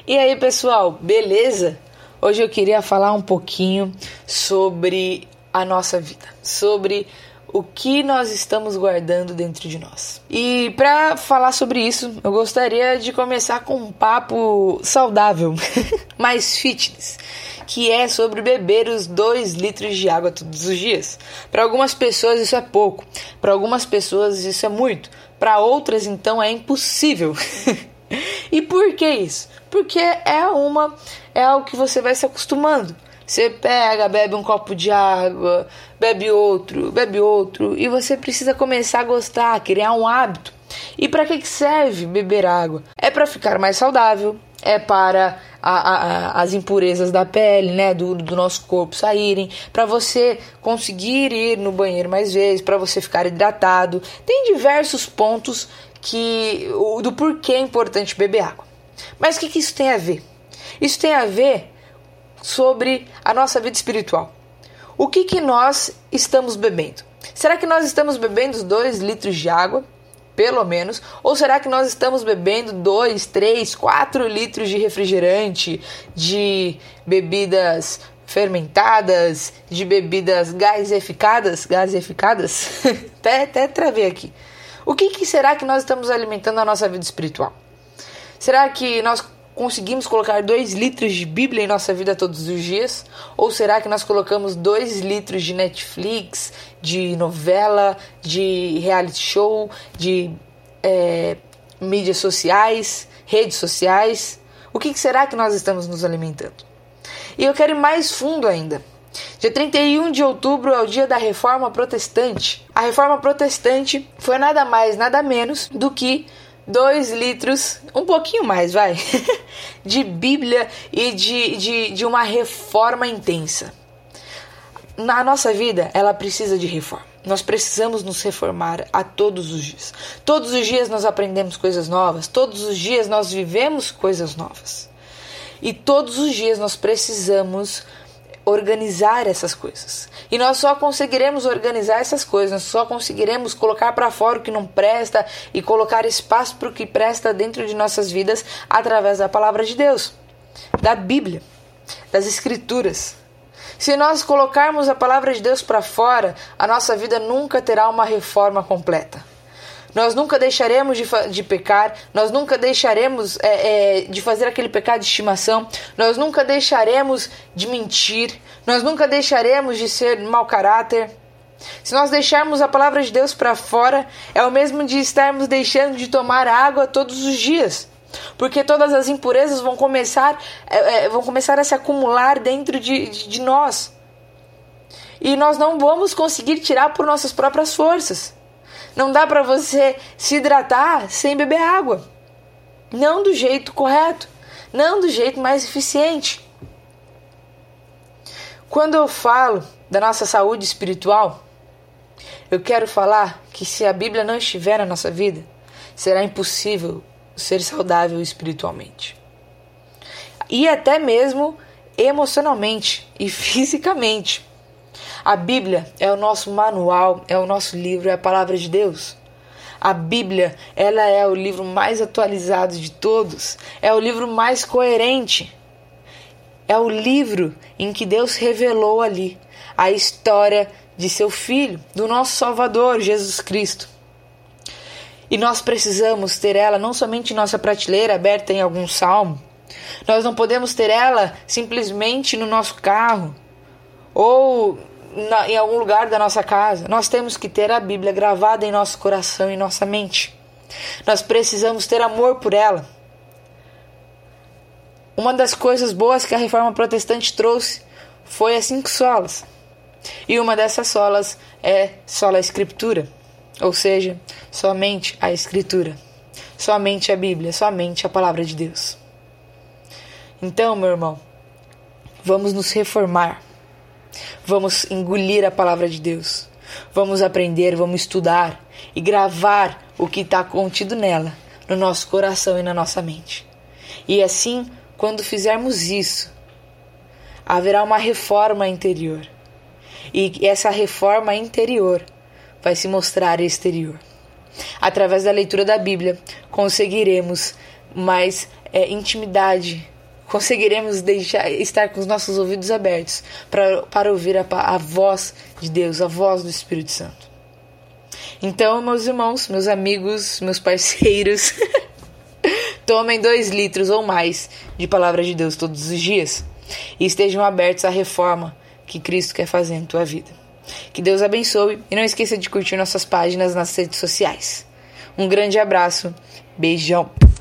E aí, pessoal, beleza? Hoje eu queria falar um pouquinho sobre a nossa vida, sobre o que nós estamos guardando dentro de nós. E para falar sobre isso, eu gostaria de começar com um papo saudável, mais fitness, que é sobre beber os 2 litros de água todos os dias. Para algumas pessoas isso é pouco, para algumas pessoas isso é muito, para outras então é impossível. E por que isso? Porque é algo que você vai se acostumando. Você pega, bebe um copo de água, bebe outro, e você precisa começar a gostar, criar um hábito. E para que serve beber água? É para ficar mais saudável, é para as impurezas da pele, né, do nosso corpo saírem, para você conseguir ir no banheiro mais vezes, para você ficar hidratado. Tem diversos pontos do porquê é importante beber água. Mas o que isso tem a ver? Isso tem a ver sobre a nossa vida espiritual. O que nós estamos bebendo? Será que nós estamos bebendo os 2 litros de água, pelo menos? Ou será que nós estamos bebendo 2, 3, 4 litros de refrigerante, de bebidas fermentadas, de bebidas gaseificadas? até travei aqui. O que será que nós estamos alimentando na nossa vida espiritual? Será que nós conseguimos colocar 2 litros de Bíblia em nossa vida todos os dias? Ou será que nós colocamos 2 litros de Netflix, de novela, de reality show, de mídias sociais, redes sociais? O que será que nós estamos nos alimentando? E eu quero ir mais fundo ainda. Dia 31 de outubro é o dia da Reforma Protestante. A Reforma Protestante foi nada mais, nada menos do que 2 litros, um pouquinho mais, de Bíblia e de uma reforma intensa. Na nossa vida, ela precisa de reforma. Nós precisamos nos reformar a todos os dias. Todos os dias nós aprendemos coisas novas, todos os dias nós vivemos coisas novas. E todos os dias nós precisamos organizar essas coisas. E nós só conseguiremos organizar essas coisas, nós só conseguiremos colocar para fora o que não presta e colocar espaço para o que presta dentro de nossas vidas através da palavra de Deus, da Bíblia, das Escrituras. Se nós colocarmos a palavra de Deus para fora, a nossa vida nunca terá uma reforma completa. Nós nunca deixaremos de pecar, nós nunca deixaremos de fazer aquele pecado de estimação, nós nunca deixaremos de mentir, nós nunca deixaremos de ser mau caráter. Se nós deixarmos a palavra de Deus para fora, é o mesmo de estarmos deixando de tomar água todos os dias, porque todas as impurezas vão começar a se acumular dentro de nós, e nós não vamos conseguir tirar por nossas próprias forças. Não dá para você se hidratar sem beber água. Não do jeito correto. Não do jeito mais eficiente. Quando eu falo da nossa saúde espiritual, eu quero falar que se a Bíblia não estiver na nossa vida, será impossível ser saudável espiritualmente. E até mesmo emocionalmente e fisicamente. A Bíblia é o nosso manual, é o nosso livro, é a palavra de Deus. A Bíblia, ela é o livro mais atualizado de todos, é o livro mais coerente. É o livro em que Deus revelou ali a história de seu Filho, do nosso Salvador, Jesus Cristo. E nós precisamos ter ela não somente em nossa prateleira aberta em algum salmo. Nós não podemos ter ela simplesmente no nosso carro ou em algum lugar da nossa casa. Nós temos que ter a Bíblia gravada em nosso coração e em nossa mente. Nós precisamos ter amor por ela. Uma das coisas boas que a Reforma Protestante trouxe foi as 5 solas. E uma dessas solas é sola Escritura, ou seja, somente a Escritura, somente a Bíblia, somente a Palavra de Deus. Então, meu irmão, vamos nos reformar. Vamos engolir a palavra de Deus. Vamos aprender, vamos estudar e gravar o que está contido nela, no nosso coração e na nossa mente. E assim, quando fizermos isso, haverá uma reforma interior. E essa reforma interior vai se mostrar exterior. Através da leitura da Bíblia, conseguiremos mais intimidade. Conseguiremos estar com os nossos ouvidos abertos para ouvir a voz de Deus, a voz do Espírito Santo. Então, meus irmãos, meus amigos, meus parceiros, tomem 2 litros ou mais de palavra de Deus todos os dias e estejam abertos à reforma que Cristo quer fazer em tua vida. Que Deus abençoe e não esqueça de curtir nossas páginas nas redes sociais. Um grande abraço, beijão!